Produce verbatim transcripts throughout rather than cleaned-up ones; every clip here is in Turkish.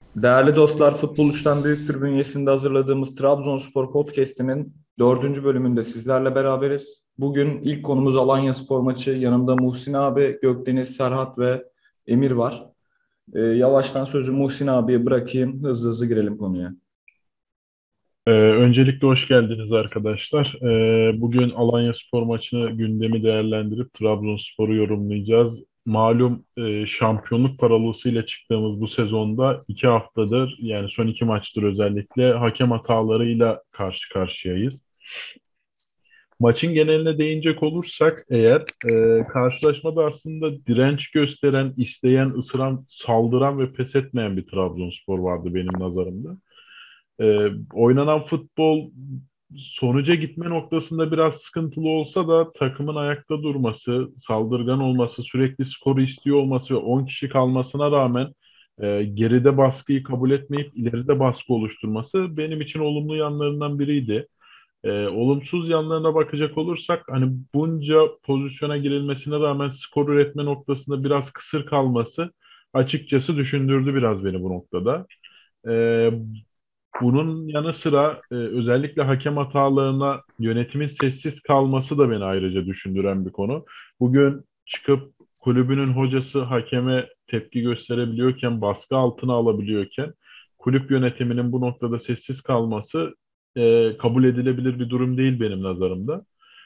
Değerli dostlar, Futbol Üç'ten Büyüktür bünyesinde hazırladığımız Trabzonspor Podcast'inin dördüncü bölümünde sizlerle beraberiz. Bugün ilk konumuz Alanyaspor maçı. Yanımda Muhsin abi, Gökdeniz, Serhat ve Emir var. Ee, yavaştan sözü Muhsin abiye bırakayım. Hızlı hızlı girelim konuya. Ee, öncelikle hoş geldiniz arkadaşlar. Ee, bugün Alanyaspor maçını gündemi değerlendirip Trabzonspor'u yorumlayacağız. Malum e, şampiyonluk parolasıyla çıktığımız bu sezonda iki haftadır yani son iki maçtır özellikle hakem hatalarıyla karşı karşıyayız. Maçın geneline değinecek olursak eğer e, karşılaşmada aslında direnç gösteren, isteyen, ısıran, saldıran ve pes etmeyen bir Trabzonspor vardı benim nazarımda. Ee, oynanan futbol sonuca gitme noktasında biraz sıkıntılı olsa da takımın ayakta durması, saldırgan olması, sürekli skoru istiyor olması ve on kişi kalmasına rağmen e, geride baskıyı kabul etmeyip ileride baskı oluşturması benim için olumlu yanlarından biriydi. E, olumsuz yanlarına bakacak olursak hani bunca pozisyona girilmesine rağmen skor üretme noktasında biraz kısır kalması açıkçası düşündürdü biraz beni bu noktada. E, Bunun yanı sıra e, özellikle hakem hatalarına yönetimin sessiz kalması da beni ayrıca düşündüren bir konu. Bugün çıkıp kulübünün hocası hakeme tepki gösterebiliyorken, baskı altına alabiliyorken kulüp yönetiminin bu noktada sessiz kalması e, kabul edilebilir bir durum değil benim nazarımda.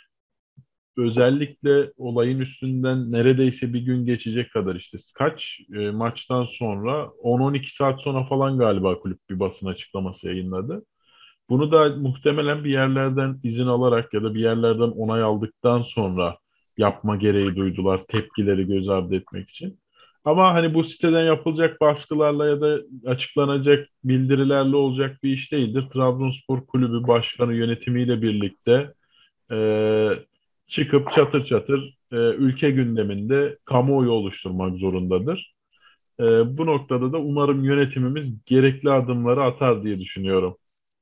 Özellikle olayın üstünden neredeyse bir gün geçecek kadar işte kaç e, maçtan sonra on on iki saat sonra falan galiba kulüp bir basın açıklaması yayınladı. Bunu da muhtemelen bir yerlerden izin alarak ya da bir yerlerden onay aldıktan sonra yapma gereği duydular tepkileri göz ardı etmek için. Ama hani bu siteden yapılacak baskılarla ya da açıklanacak bildirilerle olacak bir iş değildir. Trabzonspor Kulübü Başkanı yönetimiyle birlikte e, çıkıp çatır çatır e, ülke gündeminde kamuoyu oluşturmak zorundadır. E, Bu noktada da umarım yönetimimiz gerekli adımları atar diye düşünüyorum.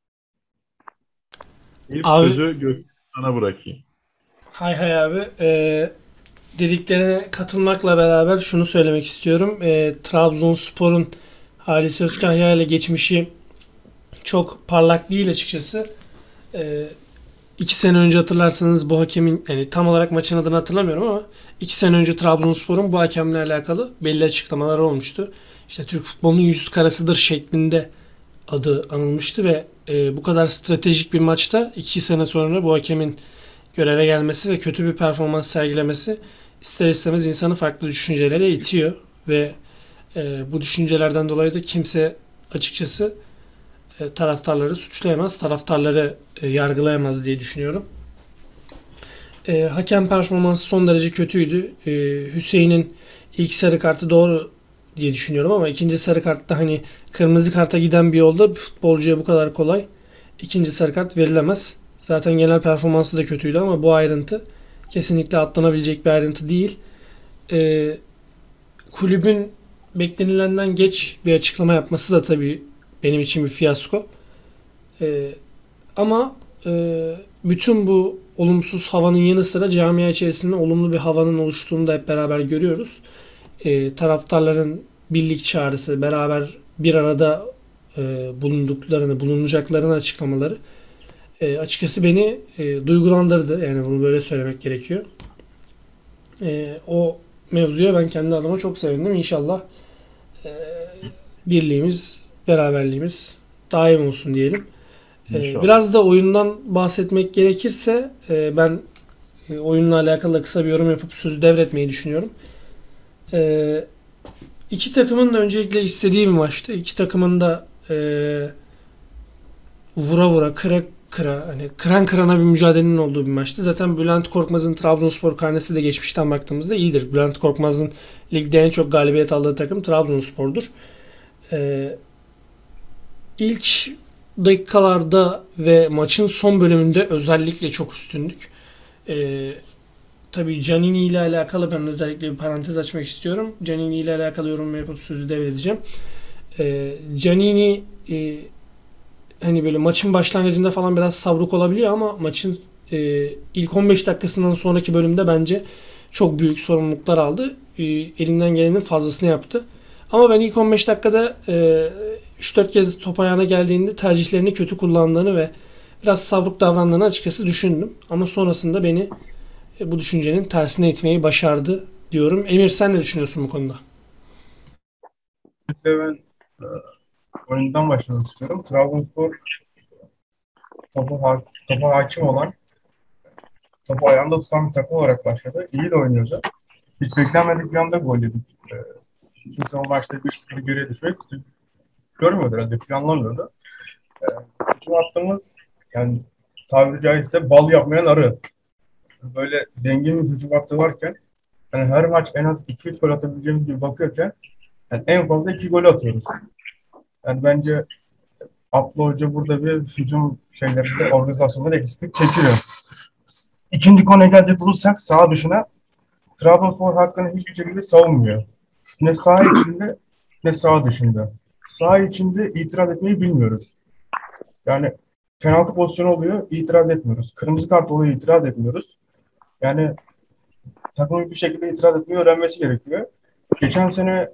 İlk Abi sözü Gök sana bırakayım. hay hay abi. Ee, dediklerine katılmakla beraber şunu söylemek istiyorum. Ee, Trabzonspor'un Halis Özkahya ile geçmişi çok parlak değil açıkçası. Ee, iki sene önce hatırlarsanız bu hakemin, yani tam olarak maçın adını hatırlamıyorum ama iki sene önce Trabzonspor'un bu hakemle alakalı belli açıklamaları olmuştu. İşte Türk futbolunun yüz karasıdır şeklinde adı anılmıştı ve e, bu kadar stratejik bir maçta iki sene sonra bu hakemin göreve gelmesi ve kötü bir performans sergilemesi ister istemez insanı farklı düşüncelere itiyor ve e, bu düşüncelerden dolayı da kimse açıkçası e, taraftarları suçlayamaz, taraftarları e, yargılayamaz diye düşünüyorum. E, hakem performansı son derece kötüydü. E, Hüseyin'in ilk sarı kartı doğru diye düşünüyorum ama ikinci sarı kartta hani kırmızı karta giden bir yolda bir futbolcuya bu kadar kolay ikinci sarı kart verilemez. Zaten genel performansı da kötüydü ama bu ayrıntı kesinlikle atlanabilecek bir ayrıntı değil. E, kulübün beklenilenden geç bir açıklama yapması da tabii benim için bir fiyasko. E, ama e, bütün bu olumsuz havanın yanı sıra camia içerisinde olumlu bir havanın oluştuğunu da hep beraber görüyoruz. E, taraftarların birlik çağrısı, beraber bir arada e, bulunduklarını, bulunacaklarını açıklamaları e, açıkçası beni e, duygulandırdı. Yani bunu böyle söylemek gerekiyor. E, o mevzuya ben kendi adıma çok sevindim. İnşallah e, birliğimiz, beraberliğimiz daim olsun diyelim. E, İnşallah. biraz da oyundan bahsetmek gerekirse e, ben e, oyunla alakalı kısa bir yorum yapıp sözü devretmeyi düşünüyorum. E, iki takımın da öncelikle istediği bir maçtı. İki takımın da e, vura vura, kıra kıra, hani kıran kırana bir mücadelenin olduğu bir maçtı. Zaten Bülent Korkmaz'ın Trabzonspor karnesi de geçmişten baktığımızda iyidir. Bülent Korkmaz'ın ligde en çok galibiyet aldığı takım Trabzonspor'dur. Ee, ilk dakikalarda ve maçın son bölümünde özellikle çok üstündük. Ee, tabii Canini ile alakalı ben özellikle bir parantez açmak istiyorum. Canini ile alakalı yorum yapıp sözü devredeceğim. Ee, Canini e, hani böyle maçın başlangıcında falan biraz savruk olabiliyor ama maçın e, ilk on beş dakikasından sonraki bölümde bence çok büyük sorumluluklar aldı. E, elinden gelenin fazlasını yaptı. Ama ben ilk on beş dakikada e, üç dört kez top ayağına geldiğinde tercihlerini kötü kullandığını ve biraz savruk davrandığını açıkçası düşündüm. Ama sonrasında beni e, bu düşüncenin tersine itmeyi başardı diyorum. Emir, sen ne düşünüyorsun bu konuda? İşte ben e, oyundan başlamak istiyorum. Trabzonspor topu, ha topa hakim olan, topu ayağında tutan bir takım olarak başladı. İyi de oynuyordu. Hiç beklenmedik bir anda gol yedik. E, kimse o maçta bir sıfır geriye düşmek görmüyordu herhalde, planlamıyordu. E, Hücum hattımız yani tabiri caizse bal yapmayan arı. Böyle zengin bir hücum hattı varken yani her maç en az iki üç gol atabileceğimiz gibi bakıyorken yani en fazla iki gol atıyoruz. Yani bence Abla Hoca burada bir hücum şeylerinde, organizasyonda da eksiklik çekiyor. İkinci konuya gelecek olursak sağ dışına Trabzonspor hakkını hiçbir şekilde savunmuyor. Ne sağ içinde ne sağ dışında. Sağ içinde itiraz etmeyi bilmiyoruz. Yani penaltı pozisyonu oluyor, itiraz etmiyoruz. Kırmızı kart oluyor, itiraz etmiyoruz. Yani takımın bir şekilde itiraz etmeyi öğrenmesi gerekiyor. Geçen sene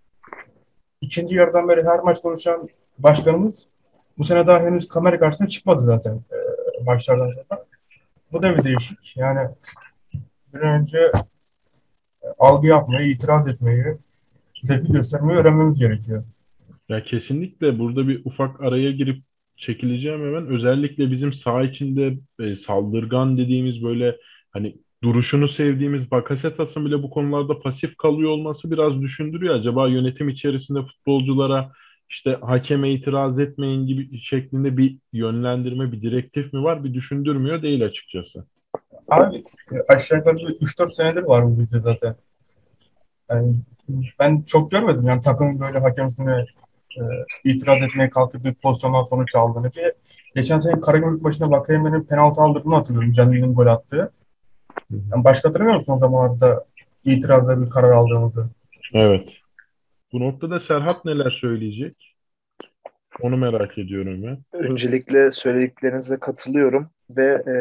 ikinci yarıdan beri her maç konuşan başkanımız bu sene daha henüz kamera karşısına çıkmadı zaten e, maçlardan sonra. Bu da bir değişik. Yani bir an önce e, algı yapmayı, itiraz etmeyi, tepki göstermeyi öğrenmemiz gerekiyor. Ya kesinlikle burada bir ufak araya girip çekileceğim hemen. Özellikle bizim saha içinde e, saldırgan dediğimiz böyle hani duruşunu sevdiğimiz Bakasetas'ın bile bu konularda pasif kalıyor olması biraz düşündürüyor. Acaba yönetim içerisinde futbolculara işte hakeme itiraz etmeyin gibi şeklinde bir yönlendirme, bir direktif mi var? Bir düşündürmüyor değil açıkçası. Abi e, aşağı yukarı bir üç dört senedir var bu bizde zaten. Yani ben çok görmedim yani takımın böyle hakem üstüne e, itiraz etmeye kalkıp bir pozisyondan sonuç aldığını. Bir, geçen sene Karagümrük başına Vakayemen'in penaltı aldırdığını hatırlıyorum. Canlı'nın gol attığı. Hı hı. Yani başka hatırlamıyor musun o zamanlarda itirazla bir karar aldığımızı? Evet. Bu noktada Serhat neler söyleyecek? Onu merak ediyorum ben. Öncelikle söylediklerinize katılıyorum ve e,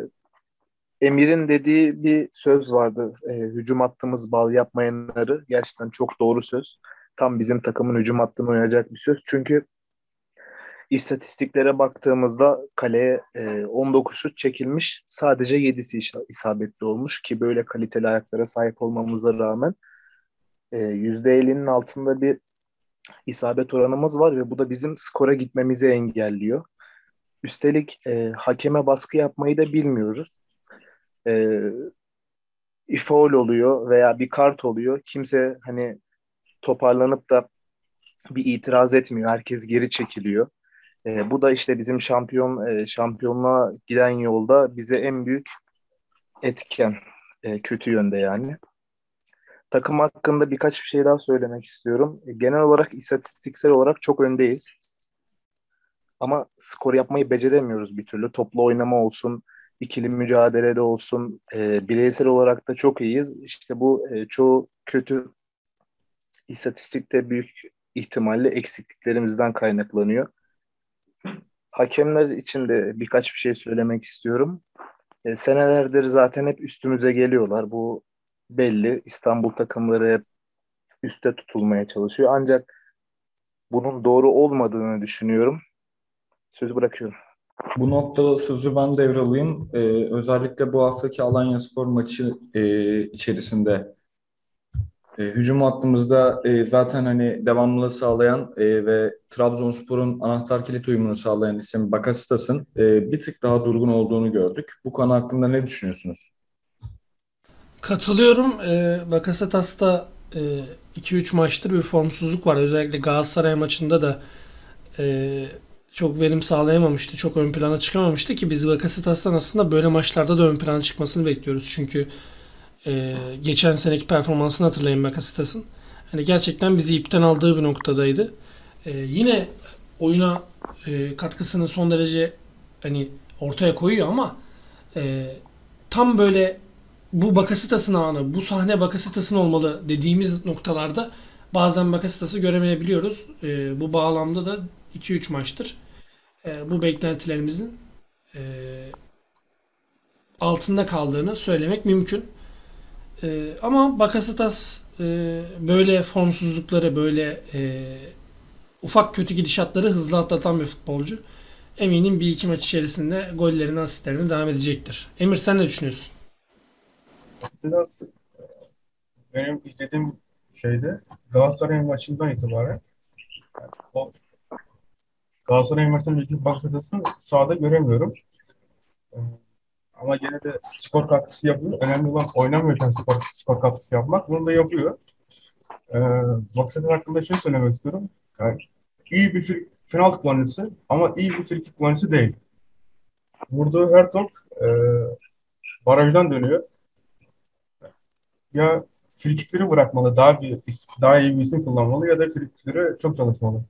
Emir'in dediği bir söz vardı. E, hücum hattımız bal yapmayanları. Gerçekten çok doğru söz. Tam bizim takımın hücum hattına uyacak bir söz. Çünkü istatistiklere baktığımızda kaleye e, on dokuz şut çekilmiş. Sadece yedisi isabetli olmuş ki böyle kaliteli ayaklara sahip olmamıza rağmen e, yüzde ellinin altında bir isabet oranımız var ve bu da bizim skora gitmemizi engelliyor. Üstelik e, hakeme baskı yapmayı da bilmiyoruz. E, faul oluyor veya bir kart oluyor. Kimse hani toparlanıp da bir itiraz etmiyor. Herkes geri çekiliyor. E, bu da işte bizim şampiyon e, şampiyonluğa giden yolda bize en büyük etken, e, kötü yönde yani. Takım hakkında birkaç bir şey daha söylemek istiyorum. E, genel olarak istatistiksel olarak çok öndeyiz. Ama skor yapmayı beceremiyoruz bir türlü. Toplu oynama olsun, ikili mücadelede olsun, e, bireysel olarak da çok iyiyiz. İşte bu e, çoğu kötü istatistikte büyük ihtimalle eksikliklerimizden kaynaklanıyor. Hakemler için de birkaç bir şey söylemek istiyorum. E, senelerdir zaten hep üstümüze geliyorlar. Bu belli. İstanbul takımları hep üste tutulmaya çalışıyor. Ancak bunun doğru olmadığını düşünüyorum. Sözü bırakıyorum. Bu noktada sözü ben devralayım. Ee, özellikle bu haftaki Alanyaspor maçı e, içerisinde e, hücum hattımızda e, zaten hani devamlılığı sağlayan e, ve Trabzonspor'un anahtar kilit uyumunu sağlayan isim Bakasetas'ın e, bir tık daha durgun olduğunu gördük. Bu konu hakkında ne düşünüyorsunuz? Katılıyorum. Ee, Bakasetas'ta e, iki üç maçtır bir formsuzluk var. Özellikle Galatasaray maçında da e, çok verim sağlayamamıştı. Çok ön plana çıkamamıştı ki biz Bakasetas'tan aslında böyle maçlarda da ön plana çıkmasını bekliyoruz. Çünkü e, geçen seneki performansını hatırlayın Bakasetas'ın. Hani gerçekten bizi ipten aldığı bir noktadaydı. E, yine oyuna e, katkısını son derece hani ortaya koyuyor ama e, tam böyle bu Bakasetas'ın anı, bu sahne Bakasetas'ın olmalı dediğimiz noktalarda bazen Bakasetas'ı göremeyebiliyoruz. E, bu bağlamda da iki üç maçtır e, bu beklentilerimizin e, altında kaldığını söylemek mümkün. E, ama Bakasetas e, böyle formsuzlukları, böyle e, ufak kötü gidişatları hızlı atlatan bir futbolcu. Eminim bir iki maç içerisinde gollerini, asistlerini devam edecektir. Emir, sen ne düşünüyorsun? Mesela benim izlediğim şeyde Galatasaray maçından itibaren o Galatasaray maçının ilk baksadasını sahada göremiyorum. Ee, Ama gene de skor katkısı yapıyor. Önemli olan oynamıyorken skor, skor katkısı yapmak. Bunu da yapıyor. Ee, Baksatas hakkında şunu söylemek istiyorum. Yani iyi bir fir- penaltı kullanıcısı ama iyi bir frikik kullanıcısı değil. Vurduğu her top e, barajdan dönüyor. Ya frikikleri bırakmalı, daha bir daha iyi bir isim kullanmalı ya da frikikleri çok çalışmalı.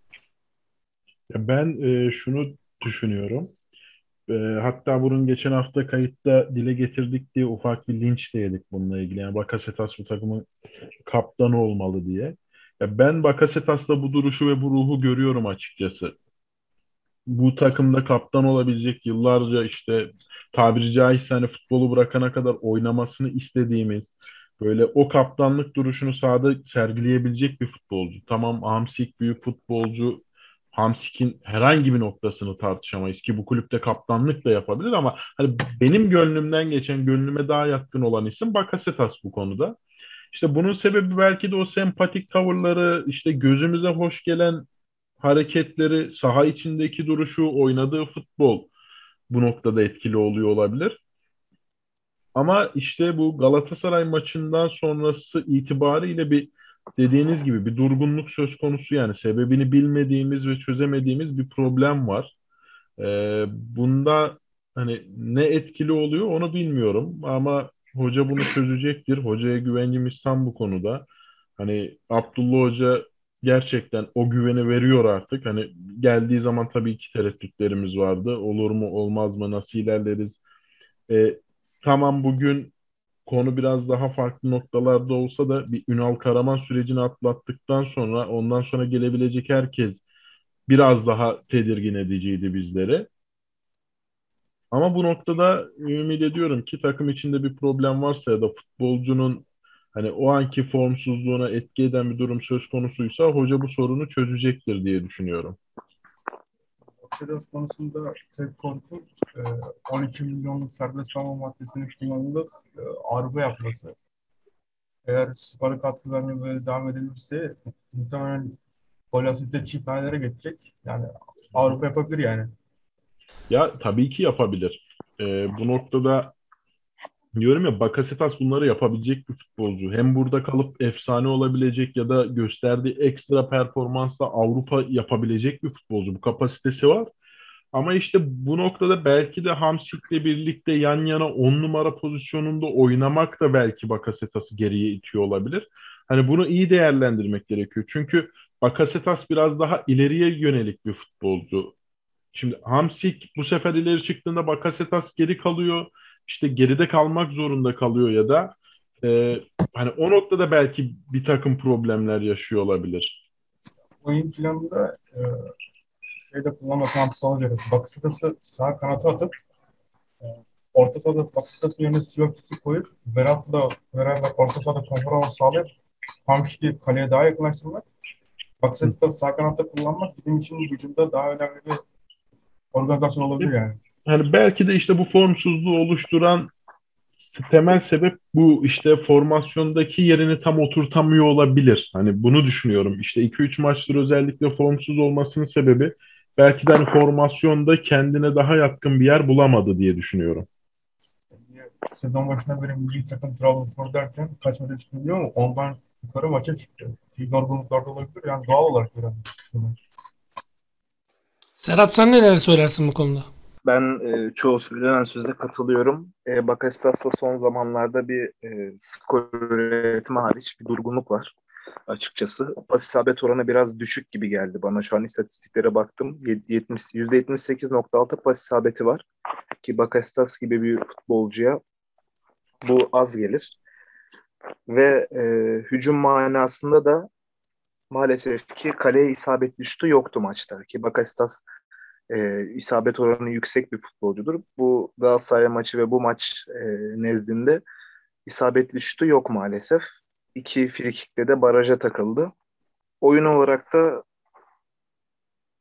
Ya ben e, şunu düşünüyorum. E, hatta bunun geçen hafta kayıtta dile getirdik diye ufak bir linç de yedik bununla ilgili. Yani Bakasetas bu takımın kaptanı olmalı diye. Ya ben Bakasetas'ta bu duruşu ve bu ruhu görüyorum açıkçası. Bu takımda kaptan olabilecek, yıllarca işte tabiri caizse hani futbolu bırakana kadar oynamasını istediğimiz, böyle o kaptanlık duruşunu sahada sergileyebilecek bir futbolcu. Tamam, Hamsik büyük futbolcu. Hamsik'in herhangi bir noktasını tartışamayız ki bu kulüpte kaptanlık da yapabilir, ama hani benim gönlümden geçen, gönlüme daha yatkın olan isim Bakasetas bu konuda. İşte bunun sebebi belki de o sempatik tavırları, işte gözümüze hoş gelen hareketleri, saha içindeki duruşu, oynadığı futbol bu noktada etkili oluyor olabilir. Ama işte bu Galatasaray maçından sonrası itibariyle bir, dediğiniz gibi bir durgunluk söz konusu, yani sebebini bilmediğimiz ve çözemediğimiz bir problem var. Ee, bunda hani ne etkili oluyor onu bilmiyorum, ama hoca bunu çözecektir. Hocaya güvencimiz tam bu konuda. Hani Abdullah Hoca gerçekten o güveni veriyor artık. Hani geldiği zaman tabii ki tereddütlerimiz vardı. Olur mu, olmaz mı, nasıl ilerleriz? Ee, tamam, bugün konu biraz daha farklı noktalarda olsa da bir Ünal Karaman sürecini atlattıktan sonra ondan sonra gelebilecek herkes biraz daha tedirgin ediciydi bizleri. Ama bu noktada ümit ediyorum ki takım içinde bir problem varsa ya da futbolcunun hani o anki formsuzluğuna etki eden bir durum söz konusuysa hoca bu sorunu çözecektir diye düşünüyorum. Baksatas konusunda tek korkum e, on iki milyonluk serbest kalma maddesinin kullanılıp e, argo yapması. Eğer skora katkı vermeye böyle devam edilirse muhtemelen gol asiste çift hanelere geçecek. Yani Avrupa yapabilir yani. Ya tabii ki yapabilir. Ee, bu noktada diyorum ya, Bakasetas bunları yapabilecek bir futbolcu. Hem burada kalıp efsane olabilecek ya da gösterdiği ekstra performansla Avrupa yapabilecek bir futbolcu. Bu kapasitesi var. Ama işte bu noktada belki de Hamsik'le birlikte yan yana on numara pozisyonunda oynamak da belki Bakasetas'ı geriye itiyor olabilir. Hani bunu iyi değerlendirmek gerekiyor. Çünkü Bakasetas biraz daha ileriye yönelik bir futbolcu. Şimdi Hamsik bu sefer ileri çıktığında Bakasetas geri kalıyor. İşte geride kalmak zorunda kalıyor ya da e, hani o noktada belki bir takım problemler yaşıyor olabilir. Oyun planında e, şeyde kullanma kantısı olacak. Baksatas'ı sağ kanata atıp e, orta sahada Bakasetas'ın yerine Sivakis'i koyup Berat'la beraber orta sahada konferans sağlayıp Hamşik'i kaleye daha yakınlaştırmak. Bakasetas'ı sağ kanatta kullanmak bizim için hücumda daha önemli bir organizasyon olabilir yani. Hani belki de işte bu formsuzluğu oluşturan temel sebep bu, işte formasyondaki yerini tam oturtamıyor olabilir. Hani bunu düşünüyorum. İşte iki üç maçtır özellikle formsuz olmasının sebebi belki de hani formasyonda kendine daha yatkın bir yer bulamadı diye düşünüyorum. Sezon başına beri milli takım Trabzonspor derken kaç maça çıktı biliyor musun? Ondan yukarı maça çıktı. Ki yorgunluklarda olabilir yani doğal olarak gören. Serhat, sen neler söylersin bu konuda? Ben e, çoğu söylenen sözde katılıyorum. E, Bakasetas'ta son zamanlarda bir e, skor üretimi hariç bir durgunluk var açıkçası. Pas isabet oranı biraz düşük gibi geldi bana. Şu an istatistiklere baktım. yetmiş yüzde yetmiş sekiz nokta altı pas isabeti var. Ki Bakasetas gibi bir futbolcuya bu az gelir. Ve e, hücum manasında da maalesef ki kaleye isabetli şutu yoktu maçta. Ki Bakasetas e, isabet oranı yüksek bir futbolcudur. Bu Galatasaray maçı ve bu maç e, nezdinde isabetli şutu yok maalesef. İki frikikte de baraja takıldı. Oyun olarak da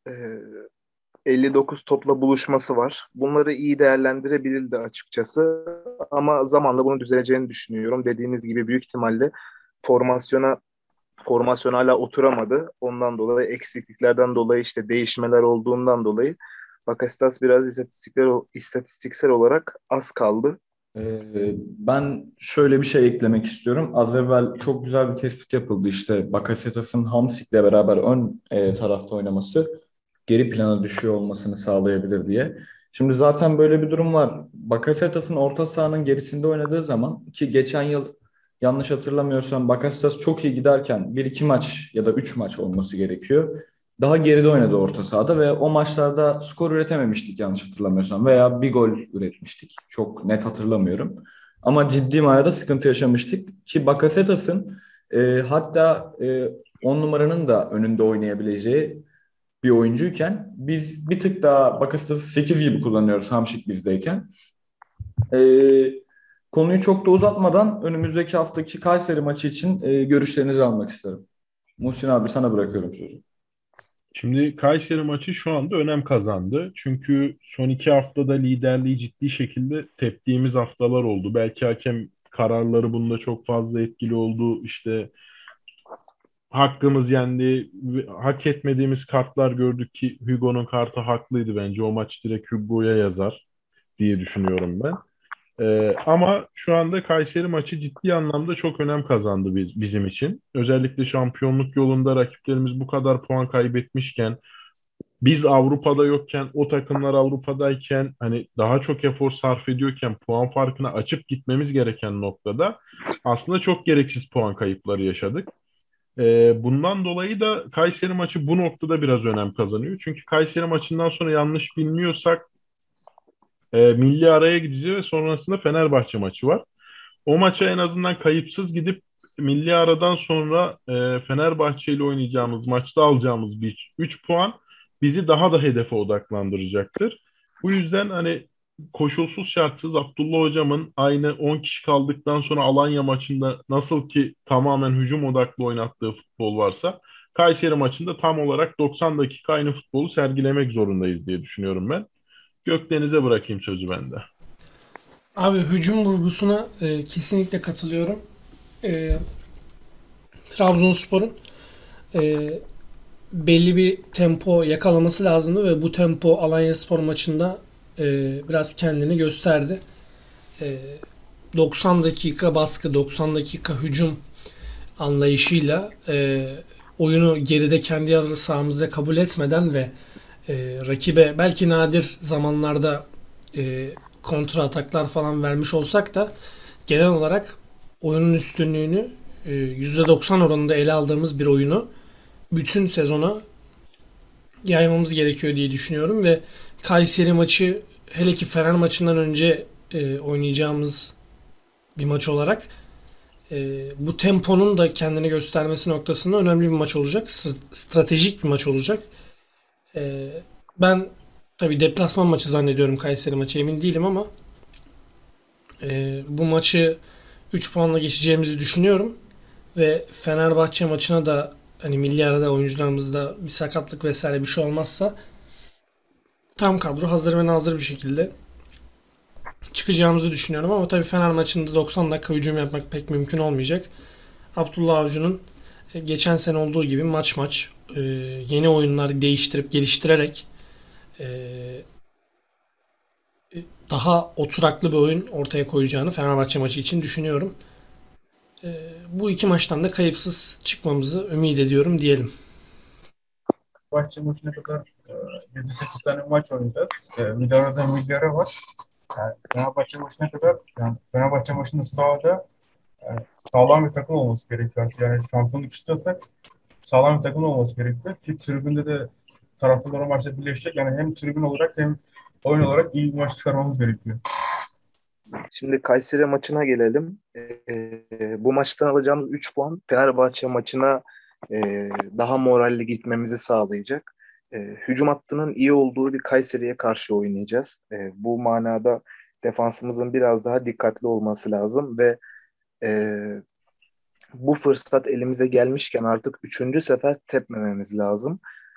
e, elli dokuz topla buluşması var. Bunları iyi değerlendirebilirdi açıkçası. Ama zamanla bunun düzeleceğini düşünüyorum. Dediğiniz gibi büyük ihtimalle formasyona formasyon hala oturamadı. Ondan dolayı eksikliklerden dolayı işte değişmeler olduğundan dolayı Bakasetas biraz istatistiksel, istatistiksel olarak az kaldı. Ee, ben şöyle bir şey eklemek istiyorum. Az evvel çok güzel bir tespit yapıldı. İşte Bakasetas'ın Hamsik'le beraber ön e, tarafta oynaması geri plana düşüyor olmasını sağlayabilir diye. Şimdi zaten böyle bir durum var. Bakasetas'ın orta sahanın gerisinde oynadığı zaman ki geçen yıl yanlış hatırlamıyorsam Bakasetas çok iyi giderken bir iki maç ya da üç maç olması gerekiyor. Daha geride oynadı orta sahada ve o maçlarda skor üretememiştik yanlış hatırlamıyorsam veya bir gol üretmiştik. Çok net hatırlamıyorum. Ama ciddi manada sıkıntı yaşamıştık ki Bakasetas'ın e, hatta e, on numaranın da önünde oynayabileceği bir oyuncuyken biz bir tık daha Bakasetas'ı sekiz gibi kullanıyoruz Hamşik bizdeyken. E, konuyu çok da uzatmadan önümüzdeki haftaki Kayseri maçı için e, görüşlerinizi almak isterim. Muhsin abi sana bırakıyorum sözü. Şimdi Kayseri maçı şu anda önem kazandı. Çünkü son iki haftada liderliği ciddi şekilde teptiğimiz haftalar oldu. Belki hakem kararları bunda çok fazla etkili oldu. İşte hakkımız yendi. Hak etmediğimiz kartlar gördük ki Hugo'nun kartı haklıydı bence. O maç direkt Hugo'ya yazar diye düşünüyorum ben. Ee, ama şu anda Kayseri maçı ciddi anlamda çok önem kazandı biz, bizim için. Özellikle şampiyonluk yolunda rakiplerimiz bu kadar puan kaybetmişken, biz Avrupa'da yokken, o takımlar Avrupa'dayken hani daha çok efor sarf ediyorken puan farkını açıp gitmemiz gereken noktada aslında çok gereksiz puan kayıpları yaşadık. Ee, bundan dolayı da Kayseri maçı bu noktada biraz önem kazanıyor. Çünkü Kayseri maçından sonra yanlış bilmiyorsak e, milli araya gideceğiz ve sonrasında Fenerbahçe maçı var. O maça en azından kayıpsız gidip milli aradan sonra e, Fenerbahçe ile oynayacağımız maçta alacağımız bir üç puan bizi daha da hedefe odaklandıracaktır. Bu yüzden hani koşulsuz şartsız Abdullah Hocam'ın aynı on kişi kaldıktan sonra Alanya maçında nasıl ki tamamen hücum odaklı oynattığı futbol varsa Kayseri maçında tam olarak doksan dakika aynı futbolu sergilemek zorundayız diye düşünüyorum ben. Gökdeniz'e bırakayım sözü bende. Abi hücum vurgusuna e, kesinlikle katılıyorum. E, Trabzonspor'un e, belli bir tempo yakalaması lazımdı ve bu tempo Alanyaspor maçında e, biraz kendini gösterdi. E, doksan dakika baskı, doksan dakika hücum anlayışıyla e, oyunu geride kendi yarı sahamızda kabul etmeden ve e, rakibe belki nadir zamanlarda e, kontra ataklar falan vermiş olsak da genel olarak oyunun üstünlüğünü e, yüzde doksan oranında ele aldığımız bir oyunu bütün sezona yaymamız gerekiyor diye düşünüyorum ve Kayseri maçı hele ki Fener maçından önce e, oynayacağımız bir maç olarak e, bu temponun da kendini göstermesi noktasında önemli bir maç olacak. Stratejik bir maç olacak. E, ben tabii deplasman maçı zannediyorum Kayseri maçı emin değilim ama e, bu maçı üç puanla geçeceğimizi düşünüyorum ve Fenerbahçe maçına da hani milli arada oyuncularımızda bir sakatlık vesaire bir şey olmazsa tam kadro hazır ve nazır bir şekilde çıkacağımızı düşünüyorum ama tabii Fener maçında doksan dakika hücum yapmak pek mümkün olmayacak. Abdullah Avcı'nın e, geçen sene olduğu gibi maç maç e, yeni oyunlar değiştirip geliştirerek e, daha oturaklı bir oyun ortaya koyacağını Fenerbahçe maçı için düşünüyorum. E, bu iki maçtan da kayıpsız çıkmamızı ümit ediyorum diyelim. Fenerbahçe maçına kadar e, yedi sekiz tane maç oynayacağız. E, bir de arada milli ara var. Yani Fenerbahçe maçına kadar yani Fenerbahçe maçının sahada yani sağlam bir takım olması gerekiyor. Yani şampiyonluk istiyorsak sağlam bir takım olması gerekiyor. Ki tribünde de taraftarlar o maçta birleşecek. Yani hem tribün olarak hem oyun olarak iyi bir maç çıkarmamız gerekiyor. Şimdi Kayseri maçına gelelim. Ee, bu maçtan alacağımız üç puan Fenerbahçe maçına e, daha moralli gitmemizi sağlayacak. E, hücum hattının iyi olduğu bir Kayseri'ye karşı oynayacağız. E, bu manada defansımızın biraz daha dikkatli olması lazım ve e, bu fırsat elimize gelmişken artık üçüncü sefer tepmememiz lazım.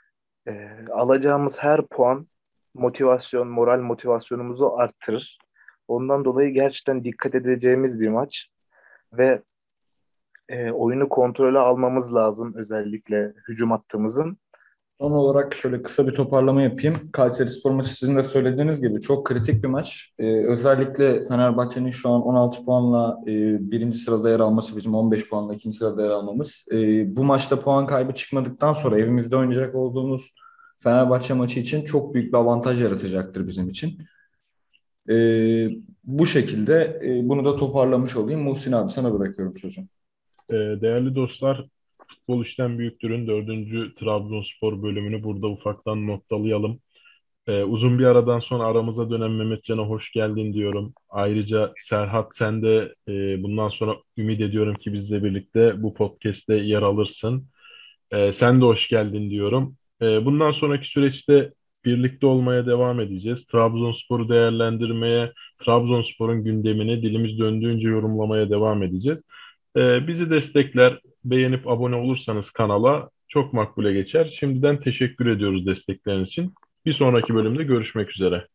Ee, alacağımız her puan motivasyon, moral motivasyonumuzu arttırır. Ondan dolayı gerçekten dikkat edeceğimiz bir maç ve e, oyunu kontrole almamız lazım, özellikle hücum hattımızın. Son olarak şöyle kısa bir toparlama yapayım. Kayserispor maçı sizin de söylediğiniz gibi çok kritik bir maç. Ee, özellikle Fenerbahçe'nin şu an on altı puanla e, birinci sırada yer alması, bizim on beş puanla ikinci sırada yer almamız. E, bu maçta puan kaybı çıkmadıktan sonra evimizde oynayacak olduğumuz Fenerbahçe maçı için çok büyük bir avantaj yaratacaktır bizim için. E, bu şekilde e, bunu da toparlamış olayım. Muhsin abi, sana bırakıyorum sözü. Ee, değerli dostlar, Futbol İşten Büyüktür'ün dördüncü Trabzonspor bölümünü burada ufaktan noktalayalım. Ee, uzun bir aradan sonra aramıza dönen Mehmetcan'a hoş geldin diyorum. Ayrıca Serhat, sen de e, bundan sonra ümit ediyorum ki bizle birlikte bu podcast'te yer alırsın. Ee, sen de hoş geldin diyorum. Ee, bundan sonraki süreçte birlikte olmaya devam edeceğiz. Trabzonspor'u değerlendirmeye, Trabzonspor'un gündemini dilimiz döndüğünce yorumlamaya devam edeceğiz. Ee, bizi destekler, beğenip abone olursanız kanala çok makbule geçer. Şimdiden teşekkür ediyoruz destekleriniz için. Bir sonraki bölümde görüşmek üzere.